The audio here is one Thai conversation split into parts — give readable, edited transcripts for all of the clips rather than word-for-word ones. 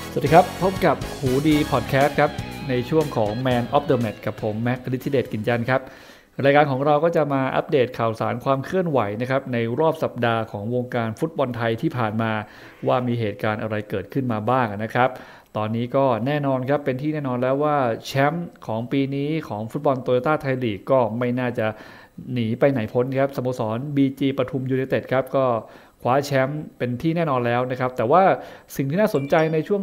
สวัสดีครับพบกับหูดีพอดแคสต์ครับในช่วงของ Man of the Match กับผมแม็กฤทธิเดชกินจันทร์ครับรายการของเราก็จะมาอัปเดตข่าวสารความเคลื่อนไหวนะครับในรอบสัปดาห์ของวงการฟุตบอลไทยที่ผ่านมาว่ามีเหตุการณ์อะไรเกิดขึ้นมาบ้างนะครับตอนนี้ก็แน่นอนครับเป็นที่แน่นอนแล้วว่าแชมป์ของปีนี้ของฟุตบอลโตโยต้าไทยลีกก็ไม่น่าจะหนีไปไหนพ้นครับสโมสร BG ปทุมยูไนเต็ดครับก็คว้าแชมป์เป็นที่แน่นอนแล้วนะครับแต่ว่าสิ่งที่น่าสนใจในช่วง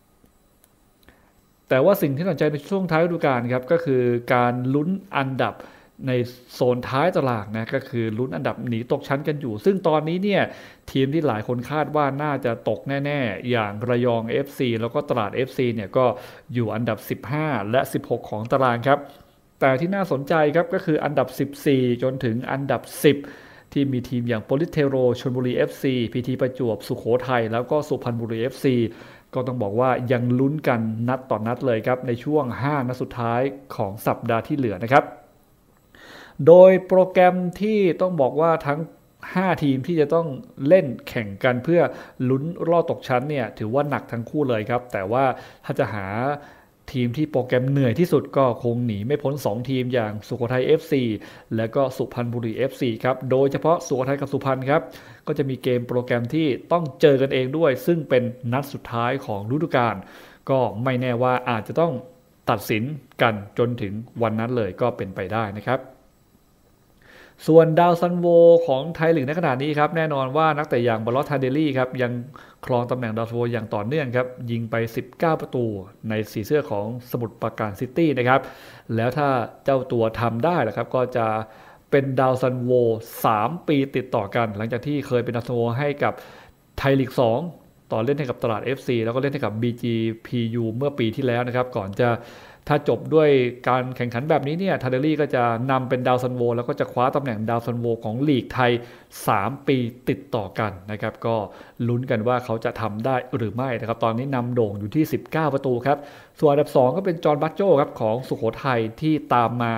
ท้ายฤดูกาลครับก็คือการลุ้นอันดับในโซนท้ายตารางนะก็คือลุ้นอันดับหนีตกชั้นกันอยู่ซึ่งตอนนี้เนี่ยทีมที่หลายคนคาดว่าน่าจะตกแน่ๆอย่างระยอง FC แล้วก็ตราด FC เนี่ยก็อยู่อันดับ15และ16ของตารางครับแต่ที่น่าสนใจครับก็คืออันดับ14จนถึงอันดับ10ที่มีทีมอย่างโปลิสเทโรชลบุรี FC พีทีประจวบสุโขทัยแล้วก็สุพรรณบุรี FCก็ต้องบอกว่ายังลุ้นกันนัดต่อนัดเลยครับในช่วง5นัดสุดท้ายของสัปดาห์ที่เหลือนะครับโดยโปรแกรมที่ต้องบอกว่าทั้ง5ทีมที่จะต้องเล่นแข่งกันเพื่อลุ้นรอบตกชั้นเนี่ยถือว่าหนักทั้งคู่เลยครับแต่ว่าถ้าจะหาทีมที่โปรแกรมเหนื่อยที่สุดก็คงหนีไม่พ้น2ทีมอย่างสุโขทัย FC และก็สุพรรณบุรี FC ครับโดยเฉพาะสุโขทัยกับสุพรรณครับก็จะมีเกมโปรแกรมที่ต้องเจอกันเองด้วยซึ่งเป็นนัดสุดท้ายของฤดูกาลก็ไม่แน่ว่าอาจจะต้องตัดสินกันจนถึงวันนั้นเลยก็เป็นไปได้นะครับส่วนดาวซันโวของไทยลีกในขณะนี้ครับแน่นอนว่านักเตะอย่างบอลลอทาเดลี่ครับยังครองตำแหน่งดาวซันโวอย่างต่อเนื่องครับยิงไป19ประตูในสีเสื้อของสมุทรปราการซิตี้นะครับแล้วถ้าเจ้าตัวทำได้นะครับก็จะเป็นดาวซันโว3ปีติดต่อกันหลังจากที่เคยเป็นดาวซันโวให้กับไทยลีก2ต่อเล่นให้กับตลาด FC แล้วก็เล่นให้กับ BGPU เมื่อปีที่แล้วนะครับก่อนจะถ้าจบด้วยการแข่งขันแบบนี้เนี่ยทาเดลี่ก็จะนำเป็นดาวซันโวแล้วก็จะคว้าตำแหน่งดาวซันโวของลีกไทย3ปีติดต่อกันนะครับก็ลุ้นกันว่าเขาจะทำได้หรือไม่นะครับตอนนี้นำโด่งอยู่ที่19ประตูครับส่วนอันดับ2ก็เป็นจอห์นบัตโจ้ครับของสุโขทัยที่ตามมา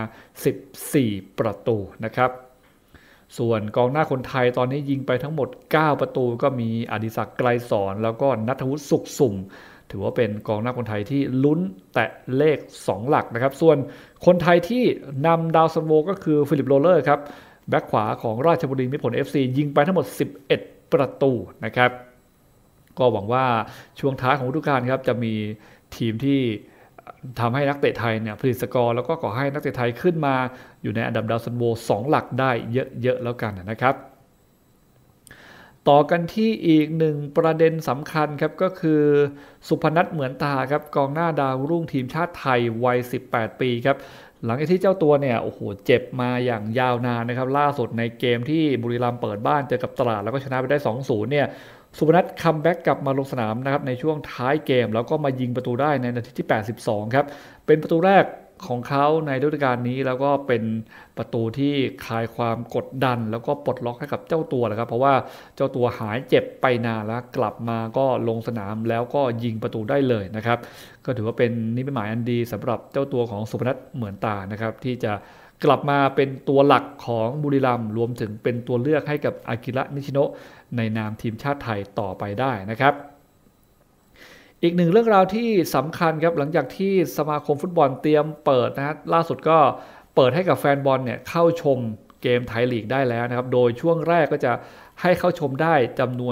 14ประตูนะครับส่วนกองหน้าคนไทยตอนนี้ยิงไปทั้งหมด9ประตูก็มีอดิศักดิ์ไกรสอนแล้วก็ณัฐวุฒิสุขสุ่มถือว่าเป็นกองหน้าคนไทยที่ลุ้นแตะเลข2หลักนะครับส่วนคนไทยที่นำดาวซันโวก็คือฟิลิปโรเลอร์ครับแบ็คขวาของราชบุรีมิตรผล FC ยิงไปทั้งหมด11ประตูนะครับก็หวังว่าช่วงท้ายของฤดูกาลครับจะมีทีมที่ทำให้นักเตะไทยเนี่ยผลิตสกอร์แล้วก็ก่อให้นักเตะไทยขึ้นมาอยู่ในอันดับดาวซันโว2หลักได้เยอะๆแล้วกันนะครับต่อกันที่อีกหนึ่งประเด็นสำคัญครับก็คือสุพนัทเหมือนตาครับกองหน้าดาวรุ่งทีมชาติไทยวัย18ปีครับหลังจากที่เจ้าตัวเนี่ยโอ้โหเจ็บมาอย่างยาวนานนะครับล่าสุดในเกมที่บุรีรัมย์เปิดบ้านเจอกับตราดแล้วก็ชนะไปได้ 2-0 เนี่ยสุพนัทคัมแบ็กกลับมาลงสนามนะครับในช่วงท้ายเกมแล้วก็มายิงประตูได้ในนาทีที่82ครับเป็นประตูแรกของเขาในฤดูกาลนี้แล้วก็เป็นประตูที่คลายความกดดันแล้วก็ปลดล็อกให้กับเจ้าตัวนะครับเพราะว่าเจ้าตัวหายเจ็บไปนานแล้วกลับมาก็ลงสนามแล้วก็ยิงประตูได้เลยนะครับก็ถือว่าเป็นนิมิตหมายอันดีสำหรับเจ้าตัวของสุพนัทเหมือนตานะครับที่จะกลับมาเป็นตัวหลักของบุรีรัมย์รวมถึงเป็นตัวเลือกให้กับอากิระนิชิโนะในนามทีมชาติไทยต่อไปได้นะครับอีกหนึ่งเรื่องราวที่สำคัญครับหลังจากที่สมาคมฟุตบอลเตรียมเปิดนะฮะล่าสุดก็เปิดให้กับแฟนบอลเนี่ยเข้าชมเกมไทยลีกได้แล้วนะครับโดยช่วงแรกก็จะให้เข้าชมได้จำนวน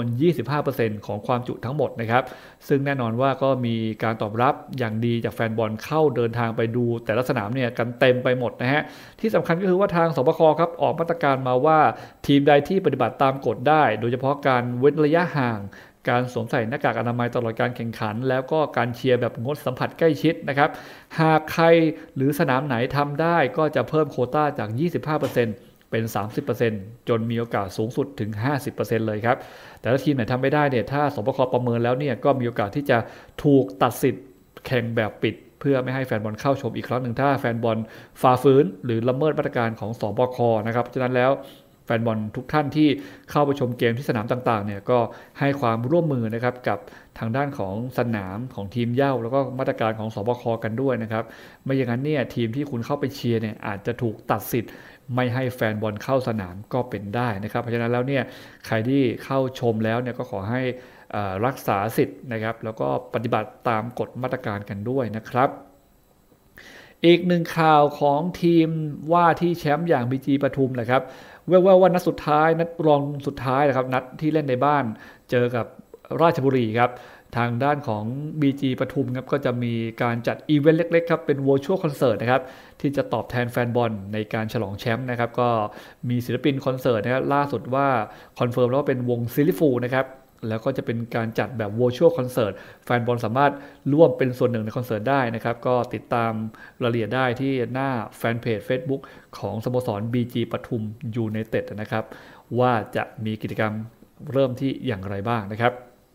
25% ของความจุทั้งหมดนะครับซึ่งแน่นอนว่าก็มีการตอบรับอย่างดีจากแฟนบอลเข้าเดินทางไปดูแต่ละสนามเนี่ยกันเต็มไปหมดนะฮะที่สำคัญก็คือว่าทางสบคครับออกมาตรการมาว่าทีมใดที่ปฏิบัติตามกฎได้โดยเฉพาะการเว้นระยะห่างการสวมใส่หน้ากากอนามัยตลอดการแข่งขันแล้วก็การเชียร์แบบงดสัมผัสใกล้ชิดนะครับหากใครหรือสนามไหนทำได้ก็จะเพิ่มโควต้าจาก 25% เป็น 30% จนมีโอกาสสูงสุดถึง 50% เลยครับแต่ถ้าทีมไหนทำไม่ได้เนี่ยถ้าสบคประเมินแล้วเนี่ยก็มีโอกาสที่จะถูกตัดสิทธิ์แข่งแบบปิดเพื่อไม่ให้แฟนบอลเข้าชมอีกครั้งหนึ่งถ้าแฟนบอลฝ่าฝืนหรือละเมิดมาตรการของสบคนะครับเพราะฉะนั้นแล้วแฟนบอลทุกท่านที่เข้าไปชมเกมที่สนามต่างๆเนี่ยก็ให้ความร่วมมือนะครับกับทางด้านของสนามของทีมเหย้าแล้วก็มาตรการของสบคกันด้วยนะครับไม่อย่างนั้นเนี่ยทีมที่คุณเข้าไปเชียร์เนี่ยอาจจะถูกตัดสิทธิ์ไม่ให้แฟนบอลเข้าสนามก็เป็นได้นะครับเพราะฉะนั้นแล้วเนี่ยใครที่เข้าชมแล้วเนี่ยก็ขอให้รักษาสิทธิ์นะครับแล้วก็ปฏิบัติตามกฎมาตรการกันด้วยนะครับอีกหนึ่งข่าวของทีมว่าที่แชมป์อย่าง BG ปทุมแหละครับแว่วๆว่านัดสุดท้ายนัดรองสุดท้ายนะครับนัดที่เล่นในบ้านเจอกับราชบุรีครับทางด้านของ BG ปทุมครับก็จะมีการจัดอีเวนต์เล็กๆครับเป็น Virtual Concert นะครับที่จะตอบแทนแฟนบอลในการฉลองแชมป์นะครับก็มีศิลปินคอนเสิร์ตนะครับล่าสุดว่าคอนเฟิร์มแล้วว่าเป็นวงซิลลิฟูนะครับแล้วก็จะเป็นการจัดแบบ Virtual Concert แฟนบอลสามารถร่วมเป็นส่วนหนึ่งในคอนเสิร์ตได้นะครับก็ติดตามรายละเอียดได้ที่หน้าแฟนเพจ Facebook ของสโมสร BG ปทุมยูไนเต็ดนะครับว่าจะมีกิจกรรมเริ่มที่อย่างไรบ้างนะครับ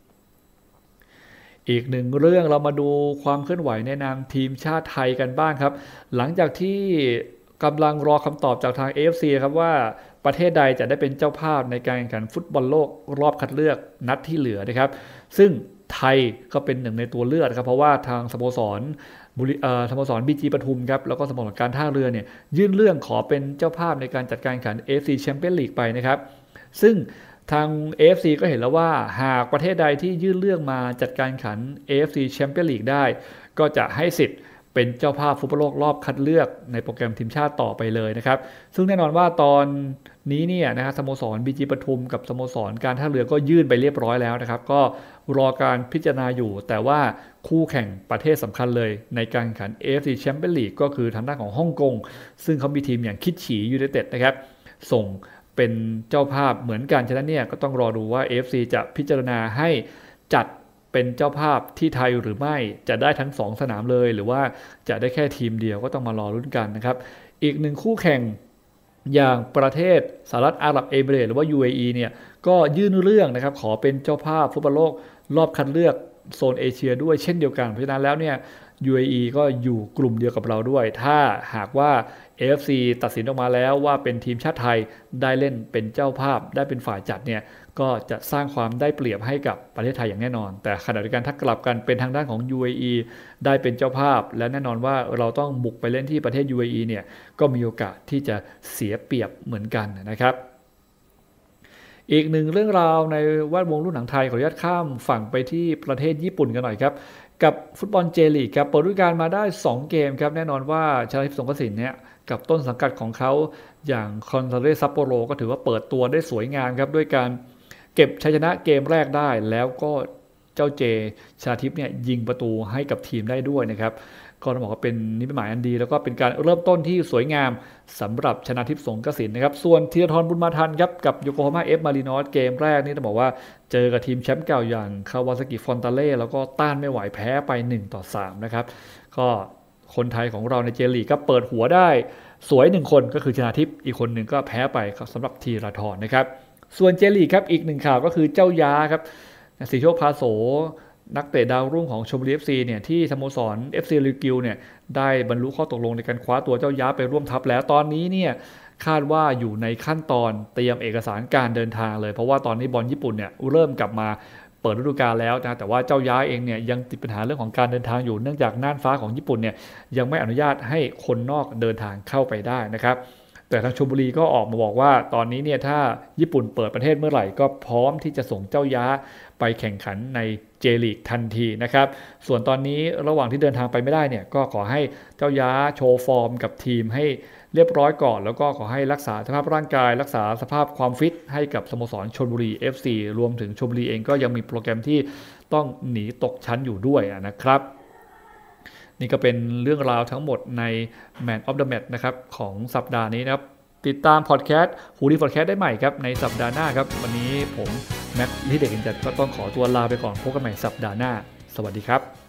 อีกหนึ่งเรื่องเรามาดูความเคลื่อนไหวในนามทีมชาติไทยกันบ้างครับหลังจากที่กำลังรอคำตอบจากทาง AFC ครับว่าประเทศใดจะได้เป็นเจ้าภาพในการแข่งขันฟุตบอลโลกรอบคัดเลือกนัดที่เหลือนะครับซึ่งไทยก็เป็นหนึ่งในตัวเลือกครับเพราะว่าทางสโมสร BG ปทุมครับแล้วก็สโมสรการท่าเรือเนี่ยยื่นเรื่องขอเป็นเจ้าภาพในการจัดการแข่งขัน AFC Champions League ไปนะครับซึ่งทาง AFC ก็เห็นแล้วว่าหากประเทศใดที่ยื่นเรื่องมาจัดการแข่งขัน AFC Champions League ได้ก็จะให้สิทธิ์เป็นเจ้าภาพฟุตบอลโลกรอบคัดเลือกในโปรแกรมทีมชาติต่อไปเลยนะครับซึ่งแน่นอนว่าตอนนี้เนี่ยนะครับสโมสร BG ปทุมกับสโมสรการท่าเรือก็ยื่นไปเรียบร้อยแล้วนะครับก็รอการพิจารณาอยู่แต่ว่าคู่แข่งประเทศสำคัญเลยในการแข่งขัน AFC Champions League ก็คือทางด้านของฮ่องกงซึ่งเขามีทีมอย่างคิดฉียูไนเต็ดนะครับส่งเป็นเจ้าภาพเหมือนกันฉะนั้นเนี่ยก็ต้องรอดูว่า AFC จะพิจารณาให้จัดเป็นเจ้าภาพที่ไทยหรือไม่จะได้ทั้ง2สนามเลยหรือว่าจะได้แค่ทีมเดียวก็ต้องมารอลุ้นกันนะครับอีกหนึ่งคู่แข่งอย่างประเทศสหรัฐอาหรับเอมิเรตส์หรือว่า UAE เนี่ยก็ยื่นเรื่องนะครับขอเป็นเจ้าภาพฟุตบอลโลกรอบคัดเลือกโซนเอเชียด้วยเช่นเดียวกันเพราะฉะนั้นแล้วเนี่ย UAE ก็อยู่กลุ่มเดียวกับเราด้วยถ้าหากว่า AFC ตัดสินออกมาแล้วว่าเป็นทีมชาติไทยได้เล่นเป็นเจ้าภาพได้เป็นฝ่ายจัดเนี่ยก็จะสร้างความได้เปรียบให้กับประเทศไทยอย่างแน่นอนแต่ขณะเดียวกันถ้ากลับกันเป็นทางด้านของ UAE ได้เป็นเจ้าภาพและแน่นอนว่าเราต้องบุกไปเล่นที่ประเทศ UAE เนี่ยก็มีโอกาสที่จะเสียเปรียบเหมือนกันนะครับอีกหนึ่งเรื่องราวในแวดวงลูกหนังไทยขออนุญาตข้ามฝั่งไปที่ประเทศญี่ปุ่นกันหน่อยครับกับฟุตบอลเจลีกครับเปิดฤดูกาลมาได้2เกมครับแน่นอนว่าชนาทิพย์สงกสินเนี่ยกับต้นสังกัดของเขาอย่างคอนซาเดซัปโปโรก็ถือว่าเปิดตัวได้สวยงามครับด้วยการเก็บชัยชนะเกมแรกได้แล้วก็เจ้าเจชนาทิพย์เนี่ยยิงประตูให้กับทีมได้ด้วยนะครับก็ต้องบอกว่าเป็นนิมิตหมายอันดีแล้วก็เป็นการเริ่มต้นที่สวยงามสำหรับชนาทิพย์สงกสินนะครับส่วนธีรทรบุญมาทันครับกับโยโกฮาม่าเอฟมารินอสเกมแรกนี่ต้องบอกว่าเจอกับทีมแชมป์เก่าอย่างคาวาซากิฟอนตาเล่แล้วก็ต้านไม่ไหวแพ้ไป1-3นะครับก็คนไทยของเราในเจลีกก็เปิดหัวได้สวย1คนก็คือชนาทิพย์อีกคนหนึ่งก็แพ้ไปสำหรับธีรทรนะครับส่วนเจลีกครับอีกหนึ่งข่าวก็คือเจ้าย้าครับสีโชคพาโสนักเตะดาวรุ่งของชลบุรี FC เนี่ยที่สโมสร FC ริวกิวเนี่ยได้บรรลุข้อตกลงในการคว้าตัวเจ้าย้าไปร่วมทัพแล้วตอนนี้เนี่ยคาดว่าอยู่ในขั้นตอนเตรียมเอกสารการเดินทางเลยเพราะว่าตอนนี้บอลญี่ปุ่นเนี่ยเริ่มกลับมาเปิดฤดูกาลแล้วนะแต่ว่าเจ้าย้าเองเนี่ยยังติดปัญหาเรื่องของการเดินทางอยู่เนื่องจากน่านฟ้าของญี่ปุ่นเนี่ยยังไม่อนุญาตให้คนนอกเดินทางเข้าไปได้นะครับแต่ทางชลบุรีก็ออกมาบอกว่าตอนนี้เนี่ยถ้าญี่ปุ่นเปิดประเทศเมื่อไหร่ก็พร้อมที่จะส่งเจ้าย้าไปแข่งขันในเจลีกทันทีนะครับส่วนตอนนี้ระหว่างที่เดินทางไปไม่ได้เนี่ยก็ขอให้เจ้าย้าโชว์ฟอร์มกับทีมให้เรียบร้อยก่อนแล้วก็ขอให้รักษาสภาพร่างกายรักษาสภาพความฟิตให้กับสโมสรชลบุรี FC รวมถึงชลบุรีเองก็ยังมีโปรแกรมที่ต้องหนีตกชั้นอยู่ด้วยนะครับนี่ก็เป็นเรื่องราวทั้งหมดใน Man of the Match นะครับของสัปดาห์นี้นะครับติดตามพอดแคสต์ฮูดี้พอดแคสต์ได้ใหม่ครับในสัปดาห์หน้าครับวันนี้ผมแม็กซ์ลิเดกอินจัดก็ต้องขอตัวลาไปก่อนพบกันใหม่สัปดาห์หน้าสวัสดีครับ